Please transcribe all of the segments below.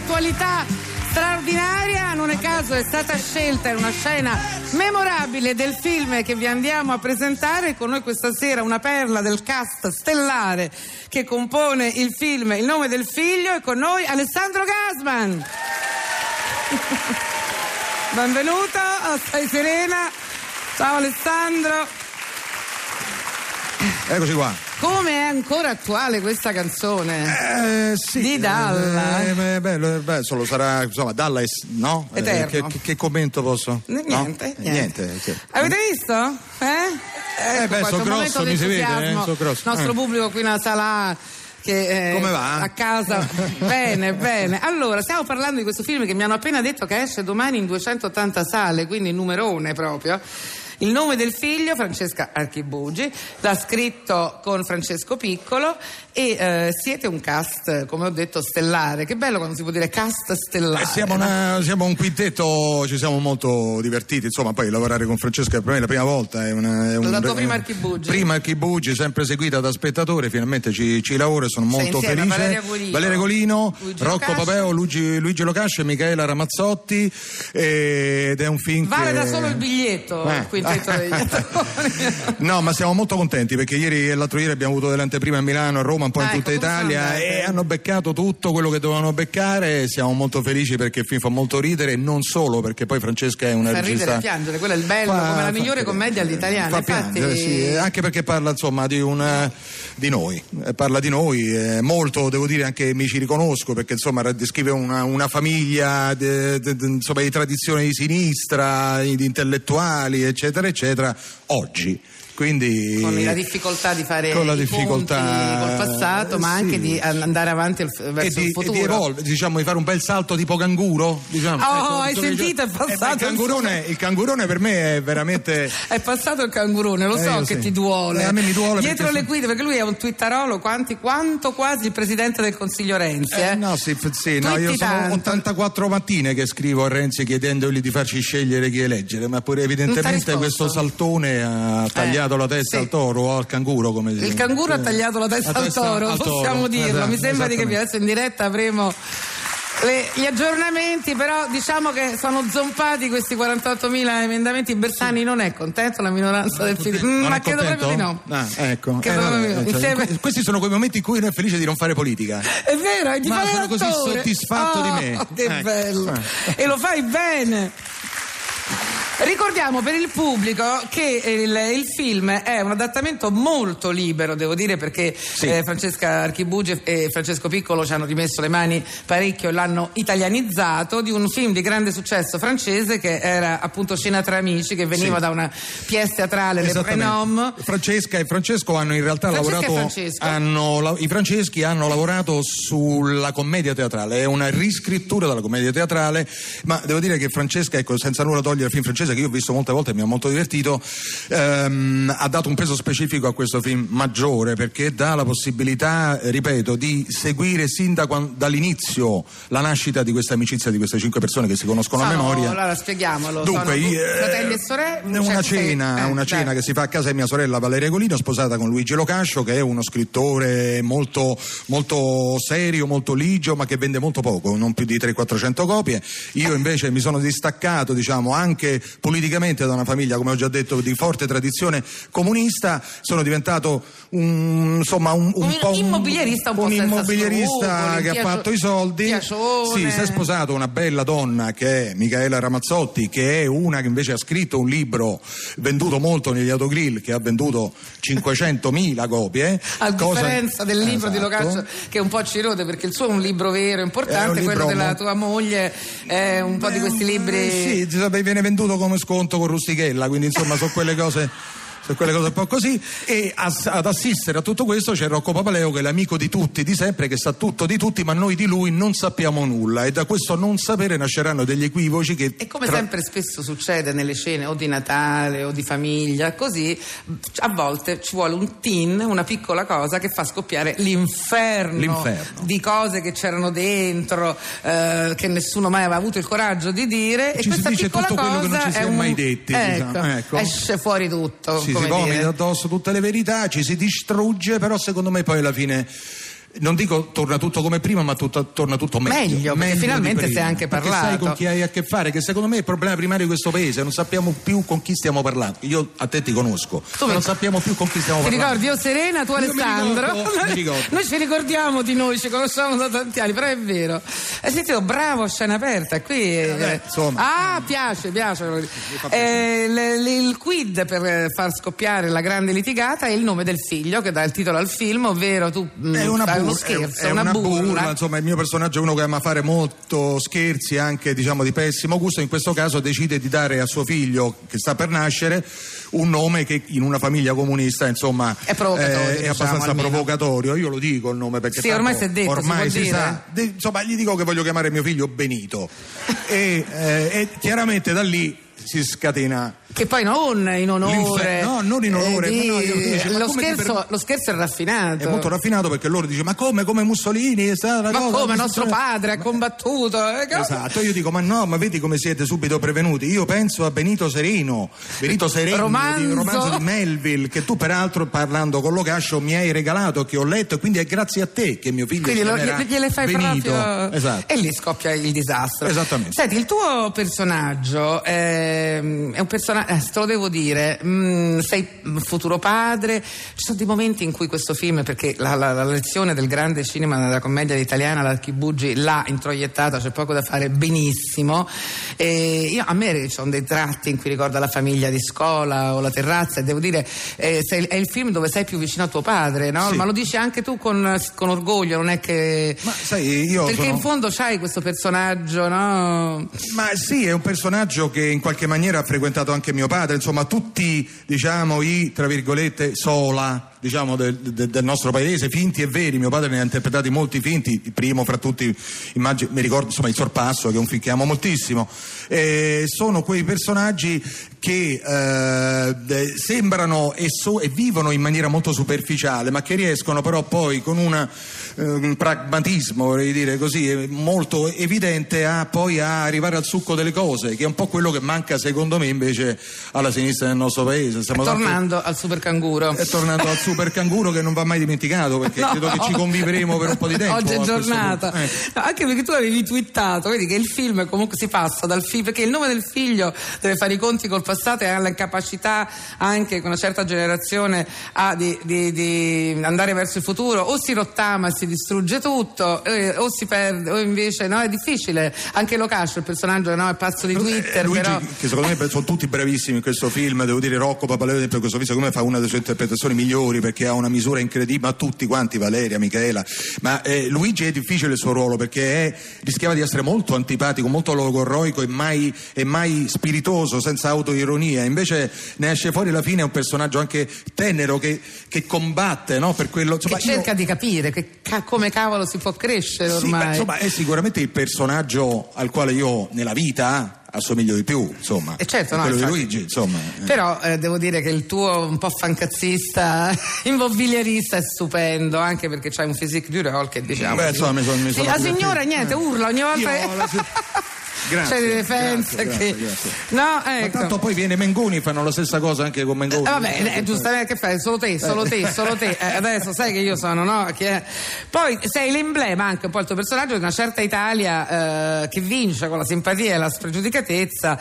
un'attualità straordinaria. Non è caso è stata scelta in una scena memorabile del film che vi andiamo a presentare. Con noi questa sera una perla del cast stellare che compone il film Il nome del figlio, e con noi Alessandro Gasman. Benvenuto, stai serena? Ciao Alessandro. Eccoci qua. Come è ancora attuale questa canzone? Sì, di Dalla? Bello, solo sarà, insomma, Dalla è, no? Eterno. Che commento posso? Niente. Sì. Avete visto? Ecco, so grosso, mi si vede, so grosso. Il nostro pubblico qui nella sala che come va? A casa. Bene. Allora, stiamo parlando di questo film che mi hanno appena detto che esce domani in 280 sale, quindi numerone proprio. Il nome del figlio, Francesca Archibugi, l'ha scritto con Francesco Piccolo e siete un cast, come ho detto, stellare. Che bello quando si può dire cast stellare. Siamo un quintetto, ci siamo molto divertiti, insomma, poi lavorare con Francesca per me è la prima volta. L'ho dato prima Archibugi. Prima Archibugi, sempre seguita da spettatore, finalmente ci lavoro e sono molto felice. Valeria Golino, Rocco Papeo, Luigi Locascio e Micaela Ramazzotti, ed è un film vale che... da solo il biglietto, il quintetto degli attori. No, ma siamo molto contenti perché ieri e l'altro ieri abbiamo avuto delle anteprime a Milano, a Roma, un po' in tutta Italia, e hanno beccato tutto quello che dovevano beccare. Siamo molto felici perché il film fa molto ridere, e non solo perché poi Francesca è una regista. Fa ridere e piangere, quello è il bello, come la migliore commedia all'italiana. Fa piangere, sì, anche perché parla, insomma, di noi, parla di noi, molto, devo dire, anche mi ci riconosco, perché insomma descrive una famiglia insomma, di tradizione di sinistra, di intellettuali, eccetera, oggi. Quindi con la difficoltà di fare ponti col passato, ma anche di andare avanti verso il futuro, e di di fare un bel salto tipo canguro, diciamo. Hai sentito? È passato il cangurone per me è veramente è passato il cangurone, lo so che ti duole. A me mi duole dietro le quinte, perché lui è un twittarolo quanto quasi il presidente del Consiglio Renzi. Io sono 84 mattine che scrivo a Renzi chiedendogli di farci scegliere chi eleggere, ma pure evidentemente questo saltone ha tagliato la testa al toro o al canguro, come si dice. Il canguro ha tagliato la testa al toro, possiamo dirlo. Mi sembra di capire. Adesso in diretta avremo gli aggiornamenti, però diciamo che sono zompati questi 48.000 emendamenti. Bersani non è contento, la minoranza del PD, ma credo proprio di no. Ecco. Questi sono quei momenti in cui uno è felice di non fare politica. È vero, di fare sono l'attore. Così soddisfatto di me. Che bello. E lo fai bene. Ricordiamo per il pubblico che il film è un adattamento molto libero, devo dire, perché Francesca Archibugi e Francesco Piccolo ci hanno rimesso le mani parecchio e l'hanno italianizzato, di un film di grande successo francese che era appunto Cena tra amici, che veniva da una pièce teatrale, Le Prénoms. Francesca e Francesco hanno in realtà i Franceschi hanno lavorato sulla commedia teatrale, è una riscrittura della commedia teatrale, ma devo dire che Francesca, ecco, senza nulla togliere al film francese che io ho visto molte volte e mi ha molto divertito, ha dato un peso specifico a questo film maggiore, perché dà la possibilità, ripeto, di seguire sin dall'inizio la nascita di questa amicizia di queste 5 persone che si conoscono a memoria. Allora spieghiamolo. Dunque, fratelli e sorelle, una cena che si fa a casa di mia sorella Valeria Golino, sposata con Luigi Locascio, che è uno scrittore molto, molto serio, molto ligio, ma che vende molto poco, non più di 300-400 copie. Io invece mi sono distaccato, diciamo, anche politicamente da una famiglia, come ho già detto, di forte tradizione comunista. Sono diventato un immobiliarista che ha fatto i soldi. Si è sposato una bella donna che è Micaela Ramazzotti, che è una che invece ha scritto un libro venduto molto negli autogrill, che ha venduto 500.000 copie, a differenza del libro di Locascio, che un po' ci rode, perché il suo è un libro vero, importante, quello della tua moglie è un po' di questi libri viene venduto come sconto con Rustichella, quindi insomma sono quelle cose un po' così. E ad assistere a tutto questo c'è Rocco Papaleo, che è l'amico di tutti di sempre, che sa tutto di tutti, ma noi di lui non sappiamo nulla, e da questo non sapere nasceranno degli equivoci che, e come sempre spesso succede nelle scene o di Natale o di famiglia, così a volte ci vuole un teen, una piccola cosa che fa scoppiare l'inferno di cose che c'erano dentro, che nessuno mai aveva avuto il coraggio di dire, e questa piccola tutto quello cosa che non ci si è mai detti, ecco. Esce fuori tutto. Si vomita addosso tutte le verità, ci si distrugge, però secondo me poi alla fine non dico torna tutto come prima, ma torna tutto meglio perché finalmente si è anche parlato. Perché sai con chi hai a che fare, che secondo me è il problema primario di questo paese, non sappiamo più con chi stiamo parlando. Io a te ti conosco, non sappiamo più con chi stiamo parlando. Ti ricordi? Io Serena, tu Alessandro. Mi ricordo. Noi ci ricordiamo di noi, ci conosciamo da tanti anni, però è vero. Hai sentito? Bravo, scena aperta. Qui piace. Il quid per far scoppiare la grande litigata è il nome del figlio che dà il titolo al film, ovvero tu è uno scherzo, è una burla. Insomma, il mio personaggio è uno che ama fare molto scherzi, anche diciamo di pessimo gusto. In questo caso decide di dare a suo figlio, che sta per nascere, un nome che in una famiglia comunista insomma è provocatorio, è abbastanza almeno provocatorio. Io lo dico il nome perché ormai si è detto, ormai si sa. Insomma, gli dico che voglio chiamare mio figlio Benito e chiaramente da lì si scatena. Che poi non in onore. No, non in onore. Lo scherzo è raffinato. È molto raffinato perché loro dicono: ma come Mussolini è stata la cosa? Come nostro padre ha combattuto? Esatto, io dico: ma vedi come siete subito prevenuti? Io penso a Benito Sereno, romanzo di Melville, che tu peraltro parlando con Locascio mi hai regalato, che ho letto, e quindi è grazie a te che mio figlio gliele fai Benito. Proprio. Esatto. E lì scoppia il disastro. Esattamente. Senti, il tuo personaggio è un personaggio, te lo devo dire, sei futuro padre. Ci sono dei momenti in cui questo film, perché la lezione del grande cinema della commedia italiana, l'Archibugi l'ha introiettata, c'è poco da fare benissimo. A me ci sono dei tratti in cui ricorda la famiglia di Scola o La terrazza, e devo dire è il film dove sei più vicino a tuo padre, no? Sì. Ma lo dici anche tu con orgoglio, non è che... Ma sai, io perché in fondo c'hai questo personaggio, no? Ma sì, è un personaggio che in qualche maniera ha frequentato anche mio padre, insomma tutti diciamo i tra virgolette sola diciamo del nostro paese, finti e veri. Mio padre ne ha interpretati molti finti, il primo fra tutti mi ricordo insomma Il Sorpasso, che è un film che amo moltissimo. Sono quei personaggi che sembrano e vivono in maniera molto superficiale, ma che riescono però poi con un pragmatismo, vorrei dire così, molto evidente a arrivare al succo delle cose, che è un po' quello che manca secondo me invece alla sinistra del nostro paese. Tornando al super canguro, che non va mai dimenticato, perché credo che ci convivremo per un po' di tempo. Oggi è giornata. No, anche perché tu avevi twittato, vedi che il film comunque si passa dal film, perché il nome del figlio deve fare i conti col passato e ha la capacità anche con una certa generazione di andare verso il futuro. O si rottama e si distrugge tutto, o si perde, o invece no, è difficile. Anche Locascio, il personaggio, no, è pazzo di Twitter. Luigi, però... che secondo me sono tutti bravissimi in questo film, devo dire. Rocco Papaleo per questo film secondo me fa una delle sue interpretazioni migliori, perché ha una misura incredibile, ma tutti quanti, Valeria, Michela, ma Luigi è difficile il suo ruolo, perché rischiava di essere molto antipatico, molto logorroico e mai spiritoso, senza autoironia. Invece ne esce fuori alla fine è un personaggio anche tenero che combatte, no? Per quello, insomma, che cerca di capire come cavolo si può crescere ormai. Sì, insomma, è sicuramente il personaggio al quale io nella vita assomiglio di più, insomma. E certo, quello infatti. di Luigi, insomma. Però devo dire che il tuo un po' fancazzista, immobiliarista è stupendo, anche perché c'hai un physique du rôle che diciamo. Beh, insomma, mi sono la signora niente, urla ogni volta. Grazie, c'è delle defense grazie. No, ecco. Ma tanto poi viene Mengoni, fanno la stessa cosa anche con Mengoni. Vabbè, giustamente, che fai? Solo te. Adesso sai che io sono, no? Poi sei l'emblema anche un po' il tuo personaggio di una certa Italia che vince con la simpatia e la spregiudicatezza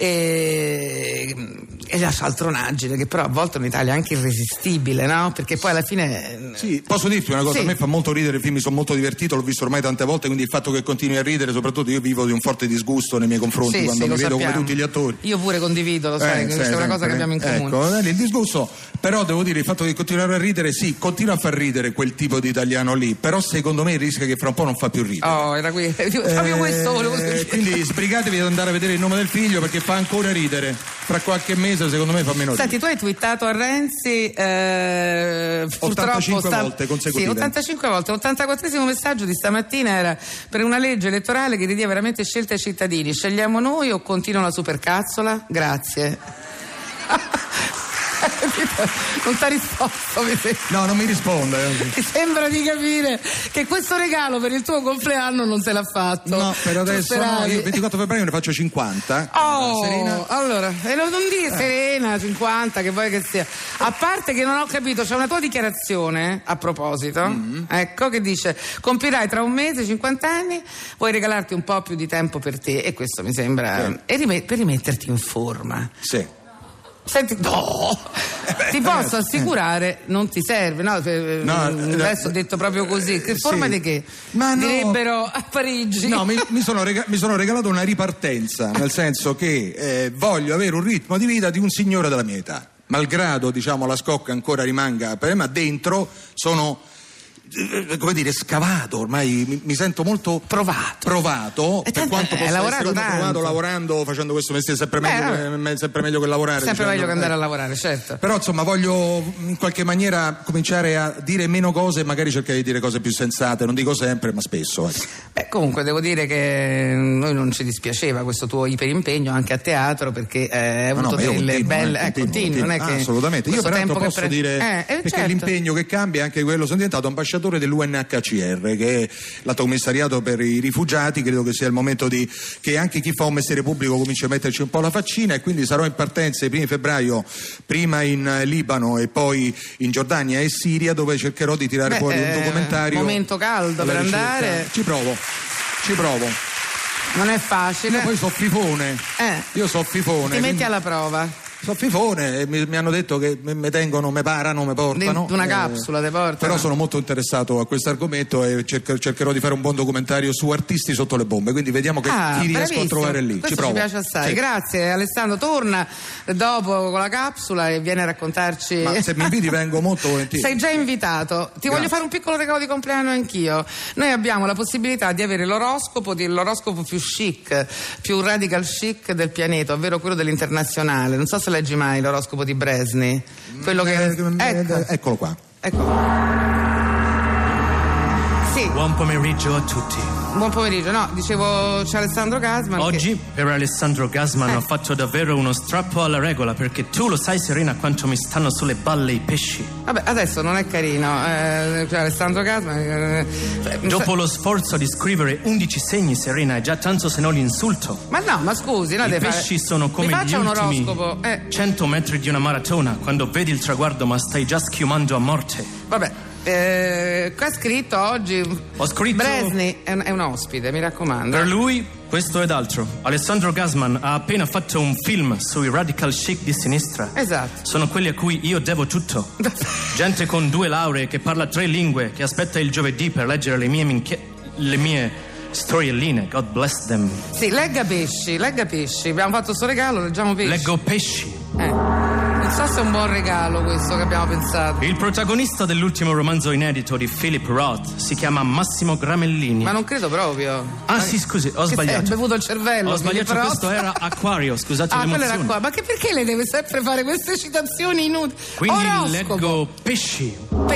e la cialtronaggine, che però a volte è un'Italia anche irresistibile, no? Perché poi alla fine... Sì, posso dirti una cosa, sì. A me fa molto ridere il film, mi sono molto divertito, l'ho visto ormai tante volte, quindi il fatto che continui a ridere, soprattutto io vivo di un forte disgusto nei miei confronti quando mi vedo come tutti gli attori. Io pure condivido, lo sai, questa è una cosa che abbiamo in comune. Ecco, il disgusto, però devo dire, il fatto di continuare a ridere, sì, continua a far ridere quel tipo di italiano lì, però secondo me rischia che fra un po' non fa più ridere. Oh, era qui, proprio questo volevo dire. Quindi sbrigatevi ad andare a vedere Il nome del figlio, perché fa ancora ridere. Fra qualche mese secondo me fa meno ridere. Senti, tu hai twittato a Renzi 85 volte consecutive. Sì, 85 volte. L'84esimo messaggio di stamattina era per una legge elettorale che dia veramente scelta ai cittadini. Scegliamo noi o continua la supercazzola? Grazie. Non ti ha risposto, mi sembra. No, non mi risponde. Mi sembra di capire che questo regalo per il tuo compleanno non se l'ha fatto. No, per adesso no, io il 24 febbraio ne faccio 50. Serena. Allora, non dire Serena, 50, che vuoi che sia. A parte che non ho capito, c'è una tua dichiarazione a proposito, ecco, che dice: compierai tra un mese 50 anni, vuoi regalarti un po' più di tempo per te, e questo mi sembra per rimetterti in forma. Sì. Senti, no, ti posso assicurare, non ti serve, no? Adesso ho detto proprio così. Che forma di che? Ma no. Direbbero a Parigi. No, mi sono regalato una ripartenza, nel senso che voglio avere un ritmo di vita di un signore della mia età. Malgrado, diciamo, la scocca ancora rimanga per me, ma dentro sono, come dire, scavato, ormai mi sento molto provato per quanto possa essere provato lavorando, facendo questo mestiere sempre meglio che lavorare, sempre meglio che andare a lavorare, certo. Però insomma voglio in qualche maniera cominciare a dire meno cose e magari cercare di dire cose più sensate, non dico sempre ma spesso. Comunque devo dire che noi non ci dispiaceva questo tuo iperimpegno anche a teatro, perché hai avuto delle belle continui, non è che assolutamente. Io peraltro posso dire perché certo. L'impegno che cambia è anche quello, sono diventato ambasciatore dell'UNHCR, che è l'Alto Commissariato per i rifugiati. Credo che sia il momento che anche chi fa un mestiere pubblico cominci a metterci un po' la faccina, e quindi sarò in partenza i primi febbraio, prima in Libano e poi in Giordania e Siria, dove cercherò di tirare fuori un documentario. Momento caldo per andare. Ci provo. Non è facile. Io poi so fifone. Io so fifone. Ti metti alla prova. So fifone, e mi hanno detto che mi tengono, mi parano, mi portano. Una capsula te portano. Però sono molto interessato a questo argomento e cercherò di fare un buon documentario su artisti sotto le bombe, quindi vediamo chi riesco a trovare lì. Questo ci piace assai. Sì. Grazie Alessandro, torna dopo con la capsula e vieni a raccontarci. Ma se mi inviti vengo molto volentieri. Sei già invitato. Ti voglio fare un piccolo regalo di compleanno anch'io. Noi abbiamo la possibilità di avere l'oroscopo più chic, più radical chic del pianeta, ovvero quello dell'Internazionale. Non so se leggi mai l'oroscopo di Bresni, quello eccolo qua. Sì. Buon pomeriggio a tutti. Buon pomeriggio, no, dicevo c'è Alessandro Gasman. Oggi per Alessandro Gasman ho fatto davvero uno strappo alla regola, perché tu lo sai, Serena, quanto mi stanno sulle balle i pesci. Vabbè, adesso non è carino, Alessandro Gasman. Dopo lo sforzo di scrivere 11 segni, Serena, è già tanto se non l'insulto. Ma no, ma scusi, no, i pesci sono come gli ultimi 100 metri di una maratona, quando vedi il traguardo ma stai già schiumando a morte. Vabbè. Qua scritto oggi ho scritto Bresni è un ospite, mi raccomando. Per lui questo ed altro. Alessandro Gasman ha appena fatto un film sui radical chic di sinistra. Esatto. Sono quelli a cui io devo tutto. Gente con 2 lauree, che parla 3 lingue, che aspetta il giovedì per leggere le mie storielline. God bless them. Sì, legga pesci. Abbiamo fatto sto regalo, leggiamo pesci. Leggo pesci. Non so se è un buon regalo questo che abbiamo pensato. Il protagonista dell'ultimo romanzo inedito di Philip Roth si chiama Massimo Gramellini. Ma non credo proprio. Sì, scusi, ho sbagliato. Hai bevuto il cervello. Ho sbagliato, questo era Acquario, scusate l'emozione. Quello era qua. Ma perché lei deve sempre fare queste citazioni inutili? Quindi leggo pesci. Un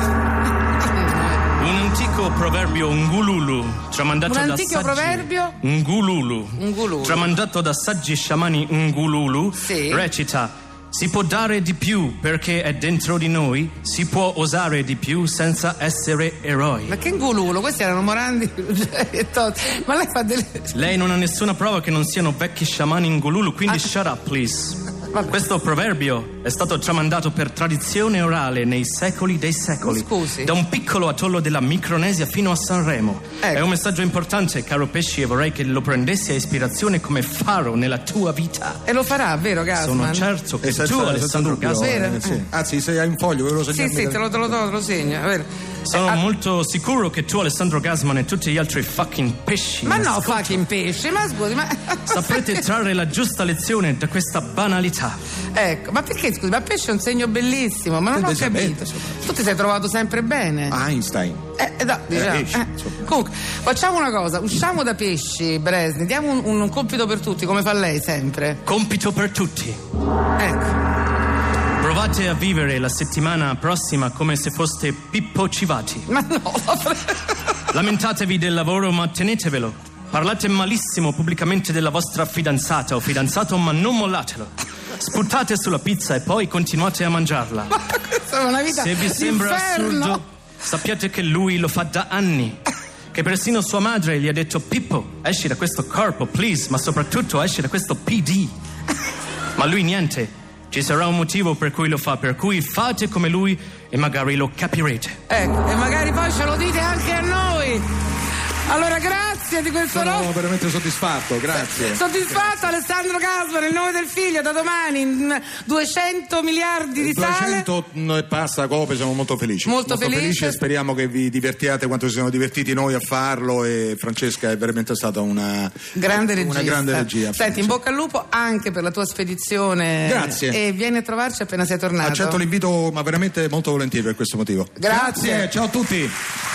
antico proverbio ngululu, tramandato da saggi. Proverbio? Ngululu. Tramandato da saggi sciamani ngululu, sì. Recita: si può dare di più perché è dentro di noi, si può osare di più senza essere eroi. Ma che ngululu? Questi erano Morandi e Totti. Ma lei fa delle... Lei non ha nessuna prova che non siano vecchi sciamani ngululu, quindi shut up, please. Vabbè. Questo proverbio è stato tramandato per tradizione orale nei secoli dei secoli. Scusi. Da un piccolo atollo della Micronesia fino a Sanremo. Ecco. È un messaggio importante, caro Pesci, e vorrei che lo prendessi a ispirazione come faro nella tua vita. E lo farà, vero Gasman? Sono certo che tu, Alessandro Gasman. Sì. Anzi, se hai un foglio ve lo segnami. Sì, te lo segno. Sono molto sicuro che tu, Alessandro Gasman, e tutti gli altri fucking pesci. Ma no, fucking pesci, ma scusi, ma... saprete trarre la giusta lezione da questa banalità. Ecco, ma perché, scusi, ma pesce è un segno bellissimo, ma non ho capito. Tu ti sei trovato sempre bene. Einstein. No, diciamo. Comunque, facciamo una cosa, usciamo da pesci, Bresni, diamo un compito per tutti, come fa lei sempre. Compito per tutti. Ecco. Provate a vivere la settimana prossima come se foste Pippo Civati. Ma no. Lamentatevi del lavoro, ma tenetevelo. Parlate malissimo pubblicamente della vostra fidanzata o fidanzato, ma non mollatelo. Sputate sulla pizza e poi continuate a mangiarla. Ma questa è una vita Se vi sembra d'inferno. assurdo, sappiate che lui lo fa da anni. Che persino sua madre gli ha detto: Pippo, esci da questo corpo, please, ma soprattutto esci da questo PD. Ma lui niente. Ci sarà un motivo per cui lo fa, per cui fate come lui e magari lo capirete. Ecco, e magari poi ce lo dite anche a noi. Allora, grazie di questo Sono veramente soddisfatto, grazie. Soddisfatto Alessandro Casman, Il nome del figlio, da domani in 200 miliardi di sale. 200 e passa copie, siamo molto felici. Molto felici e speriamo che vi divertiate quanto ci siamo divertiti noi a farlo, e Francesca è veramente stata una grande regista. Una grande regia. Senti, in bocca al lupo anche per la tua spedizione. Grazie. E vieni a trovarci appena sei tornato. Accetto l'invito, ma veramente molto volentieri per questo motivo. Grazie. Ciao a tutti.